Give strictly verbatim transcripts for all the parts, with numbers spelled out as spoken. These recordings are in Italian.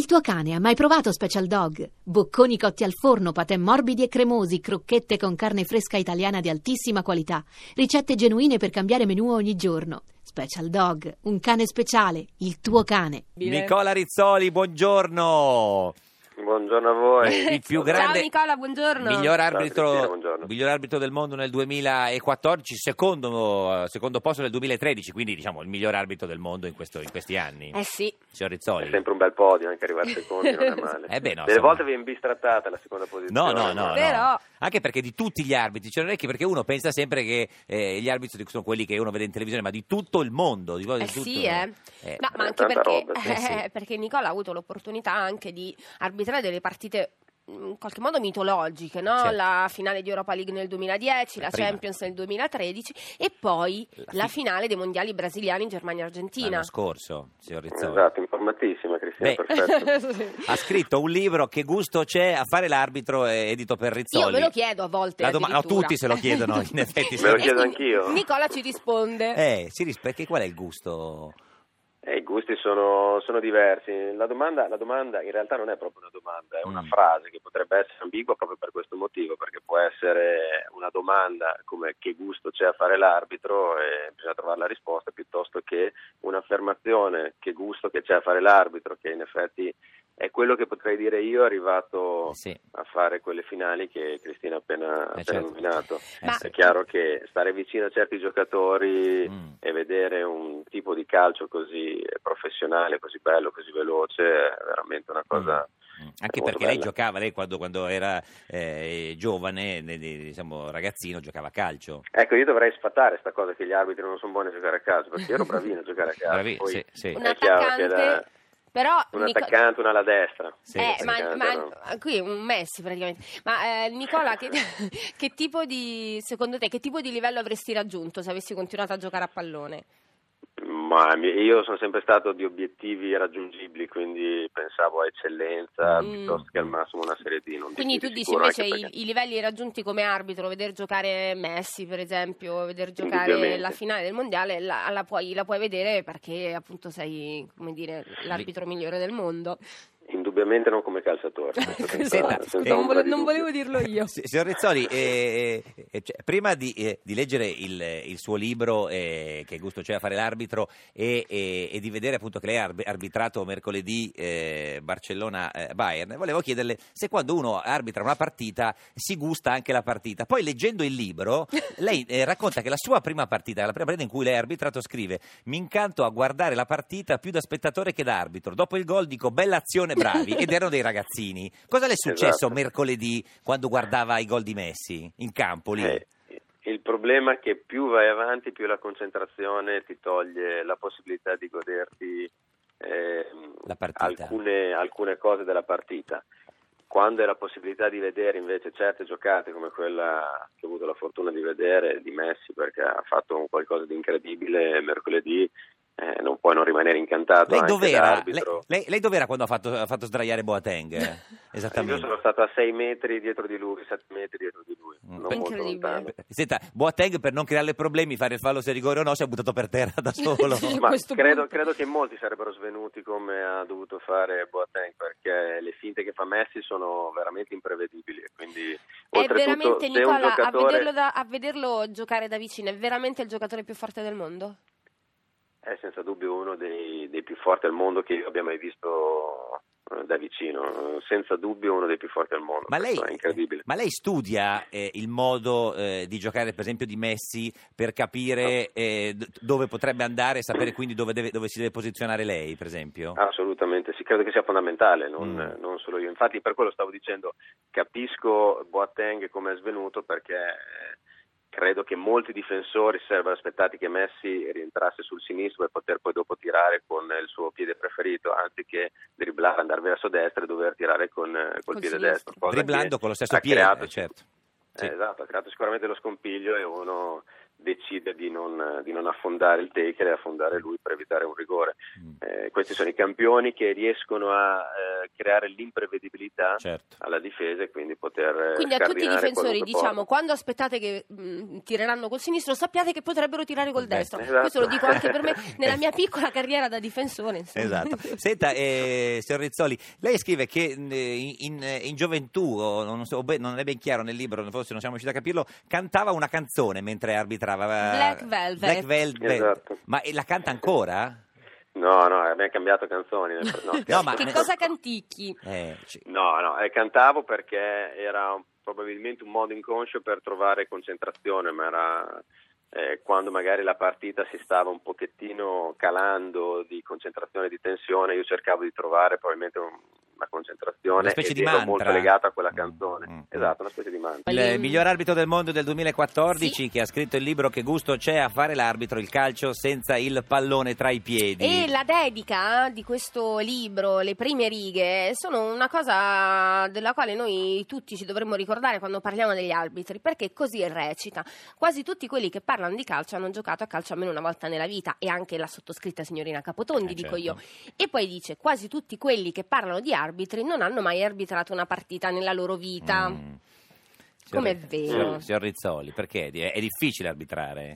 tuo cane ha mai provato Special Dog? Bocconi cotti al forno, patè morbidi e cremosi, crocchette con carne fresca italiana di altissima qualità, ricette genuine per cambiare menù ogni giorno. Special Dog, un cane speciale, il tuo cane. Nicola Rizzoli, buongiorno. Buongiorno a voi. Il più grande, Ciao Nicola, buongiorno. Miglior Ciao, arbitro, Cristina, buongiorno. miglior arbitro del mondo nel duemilaquattordici, secondo, secondo posto nel duemilatredici, quindi diciamo il miglior arbitro del mondo in, questo, in questi anni. Eh sì. Signor Rizzoli. È sempre un bel podio, anche arrivare secondi non è male. Eh beh, no, Delle insomma. volte viene bistrattata la seconda No, posizione. no, no, Però- no. Anche perché di tutti gli arbitri, cioè non è che perché uno pensa sempre che eh, gli arbitri sono quelli che uno vede in televisione, ma di tutto il mondo. Di, di Eh tutto, sì, eh. eh. No, ma Eh, anche tanta perché, roba, sì. eh, Eh sì. perché Nicola ha avuto l'opportunità anche di arbitrare delle partite in qualche modo mitologiche, no? Certo. La finale di Europa League nel duemiladieci, La la, prima. Champions nel duemilatredici e poi La la, fi- finale dei mondiali brasiliani in Germania-Argentina. L'anno scorso, signor Rizzoli. Esatto, informatissima Cristina, Beh. perfetto. Sì. Ha scritto un libro, Che gusto c'è a fare l'arbitro, eh, edito per Rizzoli. Io me lo chiedo a volte. La doma- no, addirittura. tutti se lo chiedono, in effetti. Me lo E chiedo quindi anch'io. Nicola ci risponde. Eh, si ris- perché qual è il gusto? Eh, I gusti sono, sono diversi. La domanda, la domanda in realtà non è proprio una domanda, è una Mm. frase che potrebbe essere ambigua proprio per questo motivo, perché può essere una domanda come che gusto c'è a fare l'arbitro e bisogna trovare la risposta, piuttosto che un'affermazione che gusto che c'è a fare l'arbitro, che in effetti è quello che potrei dire io arrivato Eh sì. a fare quelle finali che Cristina ha appena, Eh, appena certo. nominato. Eh, Ma- sì. È chiaro che stare vicino a certi giocatori Mm. e vedere un tipo di calcio così professionale, così bello, così veloce è veramente una cosa Mm. Anche molto perché lei bella. giocava, lei quando, quando era eh, giovane, ne- ne- diciamo ragazzino, giocava a calcio. Ecco, io dovrei sfatare sta cosa che gli arbitri non sono buoni a giocare a calcio, perché io ero bravino a giocare a calcio. Bravi- Poi sì, sì. Un è chiaro che attaccante, da- però un Nico- attaccante, una alla destra. Sì, eh, sì. ma, Attaccante, ma- no. qui è un Messi praticamente. Ma eh, Nicola, che, che tipo di, secondo te, che tipo di livello avresti raggiunto se avessi continuato a giocare a pallone? Ma mi- io sono sempre stato di obiettivi raggiungibili, quindi pensavo a eccellenza Mm. piuttosto che al massimo una Serie D. Non Quindi dico tu di dici sicuro, invece anche i, perché- i livelli raggiunti come arbitro, vedere giocare Messi per esempio, vedere giocare Indubbiamente. la finale del mondiale, la, la puoi, la puoi vedere perché appunto sei, come dire, l'arbitro migliore del mondo. Indubbiamente non come calciatore. questo senza- Senta, senza eh, non, ombra vole- di non dubbio. volevo dirlo io. Sì, signor Rizzoli, eh, eh, cioè, prima di, eh, di leggere il, il suo libro, eh, Che gusto c'è a fare l'arbitro, e, e- e di vedere appunto che lei ha arb- arbitrato mercoledì eh, Barcellona-Bayern, volevo chiederle se quando uno arbitra una partita si gusta anche la partita. Poi leggendo il libro, lei eh, racconta che la sua prima partita, la prima partita in cui lei ha arbitrato, scrive: mi incanto a guardare la partita più da spettatore che da arbitro. Dopo il gol dico bella azione, bravi. Ed erano dei ragazzini. Cosa le è successo Esatto. mercoledì quando guardava i gol di Messi in campo lì? Eh, il problema è che più vai avanti, più la concentrazione ti toglie la possibilità di goderti ehm, La partita. alcune, alcune cose della partita. Quando hai la possibilità di vedere invece certe giocate come quella che ho avuto la fortuna di vedere di Messi, perché ha fatto un qualcosa di incredibile mercoledì, eh, non puoi non rimanere incantato. Lei anche dov'era? da Lei, arbitro. lei- lei dov'era quando ha fatto, ha fatto sdraiare Boateng? Io Esattamente. sono stato a sei metri dietro di lui, sette metri dietro di lui, Mm. non molto Incredibile. lontano. Senta, Boateng, per non crearle problemi, fare il fallo se rigore o no, si è buttato per terra da solo. Sì. Ma questo credo, punto. credo che molti sarebbero svenuti come ha dovuto fare Boateng, perché le finte che fa Messi sono veramente imprevedibili. Quindi, È oltretutto, veramente, se un Nicola, giocatore... a, vederlo da- a vederlo giocare da vicino, è veramente il giocatore più forte del mondo? è senza dubbio uno dei, dei più forti al mondo che io abbia mai visto eh, da vicino, senza dubbio uno dei più forti al mondo. Ma lei, Questo è incredibile. ma lei studia eh, il modo eh, di giocare, per esempio, di Messi per capire eh, d- dove potrebbe andare e sapere quindi dove, deve, dove si deve posizionare lei, per esempio? Assolutamente, sì, credo che sia fondamentale, non, Mm. non solo io. Infatti per quello stavo dicendo, capisco Boateng come è svenuto, perché eh, credo che molti difensori si sarebbero aspettati che Messi rientrasse sul sinistro per poter poi dopo tirare con il suo piede preferito, anziché dribblare, andare verso destra e dover tirare con eh, col Col piede sinistro. destro. cosa Driblando che con lo stesso ha piede, creato- eh, certo. Sì. Eh, esatto, ha creato sicuramente lo scompiglio e uno decide di non, di non affondare il taker e affondare lui per evitare un rigore. Mm. Eh, questi sono i campioni che riescono a eh, creare l'imprevedibilità certo. alla difesa e quindi poter Quindi a tutti i difensori diciamo porta. quando aspettate che mh, tireranno col sinistro sappiate che potrebbero tirare col Beh, destro. esatto. Questo lo dico anche per me nella mia piccola carriera da difensore, insomma. Esatto. Senta, eh, signor Rizzoli, lei scrive che eh, in, in gioventù, o non, so, beh, non è ben chiaro nel libro, forse non siamo riusciti a capirlo, cantava una canzone mentre arbitrava. Black Velvet. Black Velvet. Esatto. Ma la canta ancora? No, no, abbiamo cambiato canzoni. No, scherzo. No, ma- Che cosa canticchi? Eh, c- No, no, eh, cantavo perché era un- probabilmente un modo inconscio per trovare concentrazione, ma era eh, quando magari la partita si stava un pochettino calando di concentrazione e di tensione, io cercavo di trovare probabilmente un- una concentrazione Una specie ed di ero mantra. molto legato a quella canzone. Mm, mm, Esatto, una specie di mantra. il miglior arbitro del mondo del duemilaquattordici, Sì. che ha scritto il libro Che gusto c'è a fare l'arbitro, il calcio senza il pallone tra i piedi. E la dedica di questo libro, le prime righe, sono una cosa della quale noi tutti ci dovremmo ricordare quando parliamo degli arbitri, perché così recita. Quasi tutti quelli che parlano di calcio hanno giocato a calcio almeno una volta nella vita, e anche la sottoscritta signorina Capotondi, Eh, dico certo. io. E poi dice, quasi tutti quelli che parlano di arbitri non hanno mai arbitrato una partita nella loro vita. Mm. Com'è Signor- vero. Signor, signor Rizzoli, perché è, è difficile arbitrare?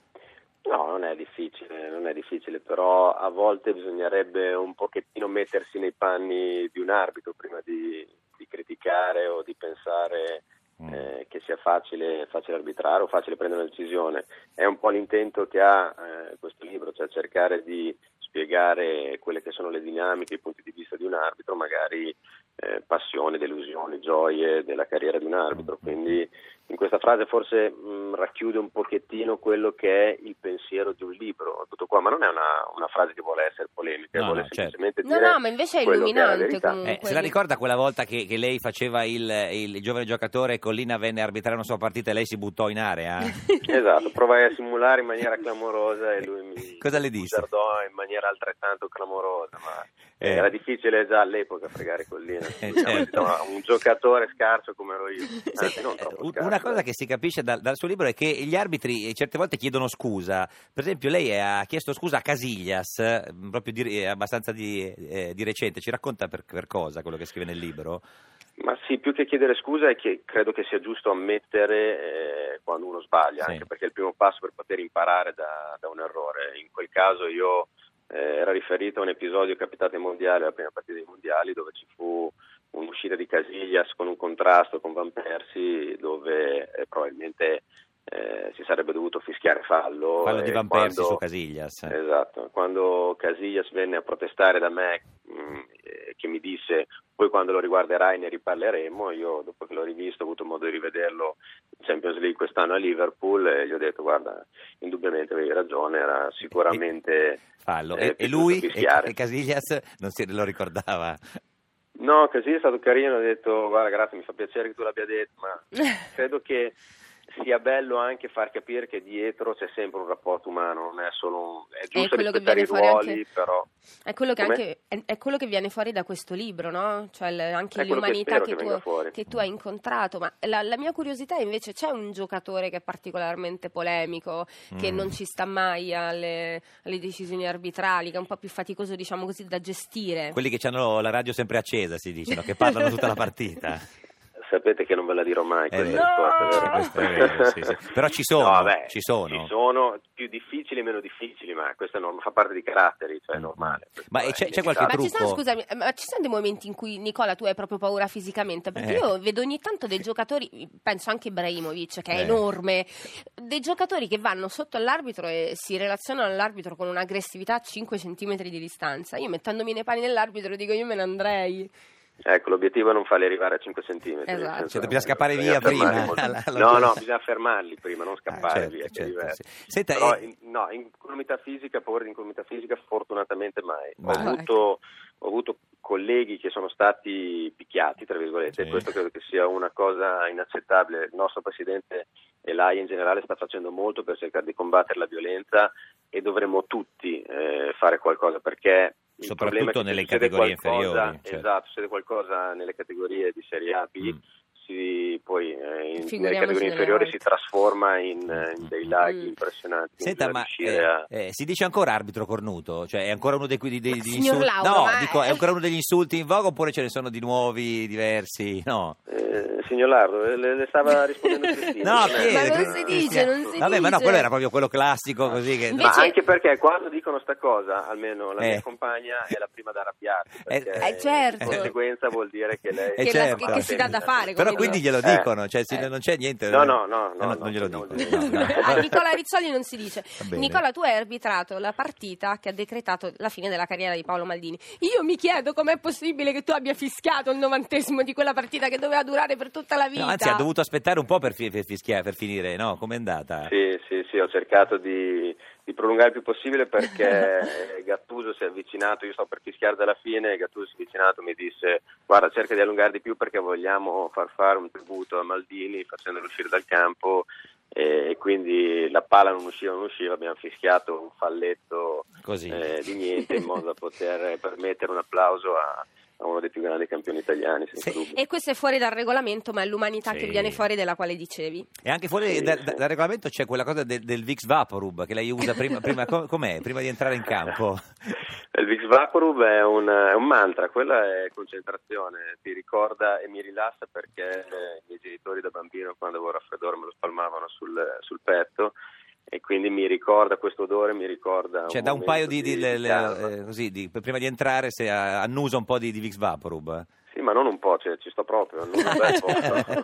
No, non è difficile, non è difficile, però a volte bisognerebbe un pochettino mettersi nei panni di un arbitro prima di, di criticare o di pensare Mm. eh, che sia facile, facile arbitrare o facile prendere una decisione. È un po' l'intento che ha eh, questo libro, cioè cercare di spiegare quelle che sono le dinamiche, i punti di vista di un arbitro, magari eh, passioni, delusioni, gioie della carriera di un arbitro. Quindi in questa frase forse mh, racchiude un pochettino quello che è il pensiero di un libro, tutto qua, ma non è una, una frase che vuole essere polemica, No, vuole no, certo. semplicemente No, dire no, ma invece è quello che è la illuminante verità. comunque. Eh, se la ricorda quella volta che, che lei faceva il, il giovane giocatore e Collina venne a arbitrare una sua partita e lei si buttò in area? Esatto, provai a simulare in maniera clamorosa e lui mi Cosa le disse? guardò in maniera altrettanto clamorosa, ma Eh. era difficile già all'epoca fregare Collina, Eh, diciamo, certo. insomma, un giocatore scarso come ero io, anzi non Eh, troppo un- scarso. una cosa che si capisce dal, dal suo libro è che gli arbitri eh, certe volte chiedono scusa. Per esempio lei ha chiesto scusa a Casillas, eh, proprio di, eh, abbastanza di, eh, di recente. Ci racconta per, per cosa quello che scrive nel libro? Ma sì, più che chiedere scusa è che credo che sia giusto ammettere eh, quando uno sbaglia, Sì. anche perché è il primo passo per poter imparare da, da un errore. In quel caso io eh, era riferito a un episodio capitato ai mondiali, alla prima partita dei mondiali, dove ci fu un'uscita di Casillas con un contrasto con Van Persie, dove eh, probabilmente eh, si sarebbe dovuto fischiare fallo. Fallo di e Van Persie quando- su Casillas. Esatto, quando Casillas venne a protestare da me, mh, eh, che mi disse poi quando lo riguarderai ne riparleremo, io dopo che l'ho rivisto ho avuto modo di rivederlo in Champions League quest'anno a Liverpool e gli ho detto guarda, indubbiamente avevi ragione, era sicuramente Fallo. eh, E, e più lui, giusto e, fischiare. e Casillas, non si lo ricordava. No, così è stato carino, ho detto guarda grazie, mi fa piacere che tu l'abbia detto, ma credo che sia bello anche far capire che dietro c'è sempre un rapporto umano, non è solo un... è giusto quello che rispettare i viene fuori ruoli, anche- però È quello, che Com'è? anche, è, è quello che viene fuori da questo libro, no? Cioè il- anche È quello che l'umanità spero che, che venga tu, fuori. che tu hai incontrato. Ma la, la mia curiosità è invece, c'è un giocatore che è particolarmente polemico, che Mm. non ci sta mai alle, alle decisioni arbitrali, che è un po' più faticoso, diciamo così, da gestire? Quelli che hanno la radio sempre accesa, si dicono, che parlano tutta la partita. sapete che non ve la dirò mai È questa vero. risposta, Sì, vero? questo è vero, sì, sì. Però ci sono, No, vabbè, ci sono. ci sono più difficili e meno difficili, ma questo è norm- fa parte dei caratteri, cioè è normale. Ma Questo c'è- è c'è qualche Ma ci, inevitable. sono, trucco? scusami, ma ci sono dei momenti in cui, Nicola, tu hai proprio paura fisicamente? Perché Eh. io vedo ogni tanto dei giocatori, penso anche Ibrahimovic, che è Eh. enorme, dei giocatori che vanno sotto all'arbitro e si relazionano all'arbitro con un'aggressività a cinque centimetri di distanza. Io mettendomi nei panni dell'arbitro dico io me ne andrei. Ecco, l'obiettivo è non farli arrivare a cinque centimetri. Esatto. nel senso, Cioè, dobbiamo scappare bisogna via fermarli prima. molto. Alla- alla- No, no, bisogna fermarli prima, non scappare Ah, certo, via, che è certo, diverso. sì. Senta, Però eh, in, no, in incolumità fisica, paura di incolumità fisica, fortunatamente mai. Ho Mai. avuto, ho avuto colleghi che sono stati picchiati, tra virgolette, Sì. e questo credo che sia una cosa inaccettabile. Il nostro presidente e l'A I in generale sta facendo molto per cercare di combattere la violenza e dovremmo tutti eh, fare qualcosa, perché il Soprattutto problema è che se nelle succede categorie qualcosa- inferiori, certo. Esatto, succede qualcosa nelle categorie di Serie A, B, Mm. si, poi eh, in, nelle Figuriamoci categorie nelle inferiori volte. si trasforma in, in dei laghi Mm. impressionanti. Senta, Bisogna ma riuscire eh, a- eh, si dice ancora arbitro cornuto? Cioè è ancora uno dei, dei, degli signor insulti? Lauro, no, ma- dico, è ancora uno degli insulti in voga oppure ce ne sono di nuovi, diversi? No. Eh, signor Lardo, le, le stava rispondendo Cristina. No, non è- chiede, Ma non Cri- si Cristina. dice, non si Vabbè, ma no, dice. quello era proprio quello classico così che... Ma Invece- anche perché quando dicono sta cosa, almeno la Eh. mia compagna è la prima da arrabbiarsi, perché Eh, eh, certo. di conseguenza vuol dire che lei... Eh, Che, la- certo. che si dà da fare. Però come quindi dire. glielo Eh. dicono, cioè sì, Eh. non c'è niente... No, no, no, no, non no, glielo no, dicono. no, no, no. A Nicola Rizzoli non si dice. Va bene. Nicola, tu hai arbitrato la partita che ha decretato la fine della carriera di Paolo Maldini. Io mi chiedo com'è possibile che tu abbia fischiato il novantesimo di quella partita che doveva durare per tutta la vita. No, anzi, ha dovuto aspettare un po' per, fi- per fischiare, per finire, no? Com'è andata? Sì, sì, sì, ho cercato di, di prolungare il più possibile perché Gattuso si è avvicinato, io sto per fischiare dalla fine, e Gattuso si è avvicinato e mi disse guarda cerca di allungare di più perché vogliamo far fare un tributo a Maldini facendolo uscire dal campo e quindi la palla non usciva, non usciva, abbiamo fischiato un falletto Così. eh, di niente in modo da poter permettere un applauso a, a uno dei più grandi campioni italiani, senza Sì. dubbio. E questo è fuori dal regolamento, ma è l'umanità Sì. che viene fuori della quale dicevi. E anche fuori Sì, da- sì. da- dal regolamento c'è quella cosa del, del Vicks Vaporub che lei usa prima, prima com- com'è? Prima di entrare in campo. Il Vicks Vaporub è un, è un mantra, quella è concentrazione, ti ricorda e mi rilassa perché eh, i miei genitori da bambino quando avevo raffreddore me lo spalmavano sul, sul petto e quindi mi ricorda questo odore, mi ricorda Cioè un da un paio momento di, di- le- le- calma. eh, così, di- prima di entrare se a- annusa un po' di, di Vicks Vaporub. Sì, ma non un po', cioè, ci sto proprio, non un bel po'.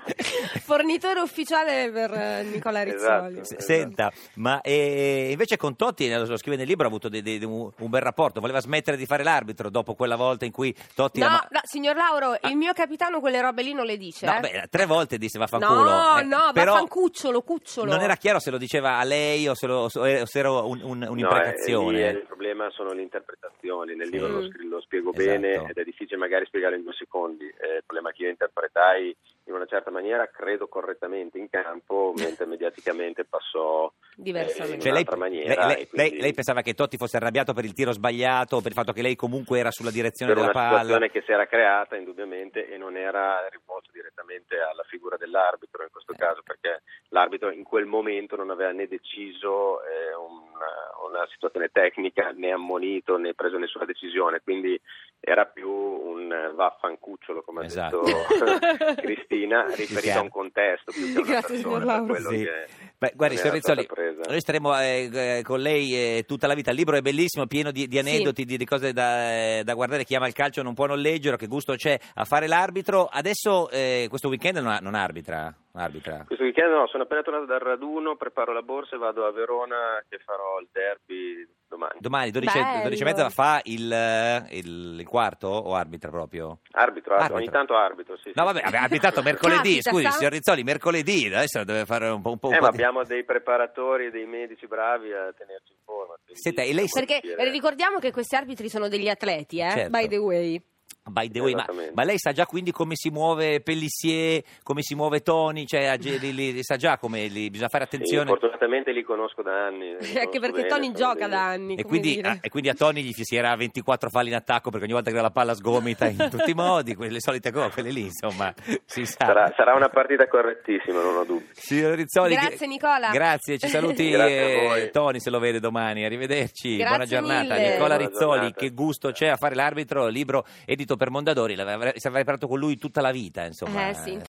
Fornitore ufficiale per eh, Nicola Rizzoli. Esatto. S- Senta, ma eh, invece con Totti, eh, lo scrive nel libro, ha avuto dei- dei- un, un bel rapporto, voleva smettere di fare l'arbitro dopo quella volta in cui Totti... No, la ma- no, signor Lauro, il mio capitano quelle robe lì non le dice. No, eh. beh, tre volte disse vaffanculo. No, eh, no, però vaffancucciolo, cucciolo. non era chiaro se lo diceva a lei o se, lo, o se era un- un- No, un'imprecazione. eh, lì, eh, il problema sono le interpretazioni, nel Sì. libro lo, scri- lo spiego Esatto. bene ed è difficile magari spiegarlo in due secondi, eh, il problema è che io interpretai in una certa maniera, credo correttamente in campo, mentre mediaticamente passò Diversamente. in Cioè, lei, un'altra maniera. lei- e quindi lei- lei pensava che Totti fosse arrabbiato per il tiro sbagliato, per il fatto che lei comunque era sulla direzione per della una palla? situazione che si era creata indubbiamente e non era rivolto direttamente alla figura dell'arbitro in questo caso, perché l'arbitro in quel momento non aveva né deciso eh, una, una situazione tecnica, né ammonito, né preso nessuna decisione, quindi era più un vaffancucciolo, come ha Esatto. detto Cristina, riferito chiaro. a un contesto più che a una Grazie, signor persona, per Lauro. quello Sì. che Beh, guardi, non signor era stata Rizzoli, presa. noi staremo eh, eh, con lei eh, tutta la vita. Il libro è bellissimo, pieno di, di aneddoti, di, di cose da, eh, da guardare. Chi ama il calcio non può non leggerlo. Che gusto c'è a fare l'arbitro? Adesso, eh, questo weekend non, non arbitra? Non arbitra. Questo weekend no, sono appena tornato dal raduno, preparo la borsa e vado a Verona che farò il derby domani. Domani, dodici Bello. dodici e mezza, fa il, eh, il, il quarto o arbitra proprio? Arbitro, arbitro, Arbitro. ogni tanto arbitro, sì. No, sì. vabbè, aveva arbitrato mercoledì. Capita, Scusi, sa? signor Rizzoli, mercoledì. Adesso deve fare un po', un po', un Eh, po' ma di- abbiamo dei preparatori e dei medici bravi a tenerci in forma. quindi Senta, e lei- possiamo Perché dire- ricordiamo che questi arbitri sono degli atleti, eh? Certo. By the way. By the way, ma, Esattamente. ma lei sa già quindi come si muove Pellissier, come si muove Toni, cioè a- li, li- sa già come li- bisogna fare Sì, attenzione. fortunatamente li conosco da anni. li Anche conosco perché bene, Tony sono gioca dei- da anni. E come quindi, dire. ah, e quindi a Toni gli si era ventiquattro falli in attacco perché ogni volta che la palla sgomita in tutti i modi, quelle solite cose, quelle lì, insomma, si sa. Sarà, sarà una partita correttissima, non ho dubbi. Signor Rizzoli, Grazie, Nicola. Grazie, ci saluti Grazie a eh, voi. Toni se lo vede domani, arrivederci, Grazie buona giornata. mille. Nicola Buona Rizzoli, giornata. che gusto c'è a fare l'arbitro, libro edito per Mondadori, l'avrei- si avrei parlato con lui tutta la vita, insomma. Eh, sì.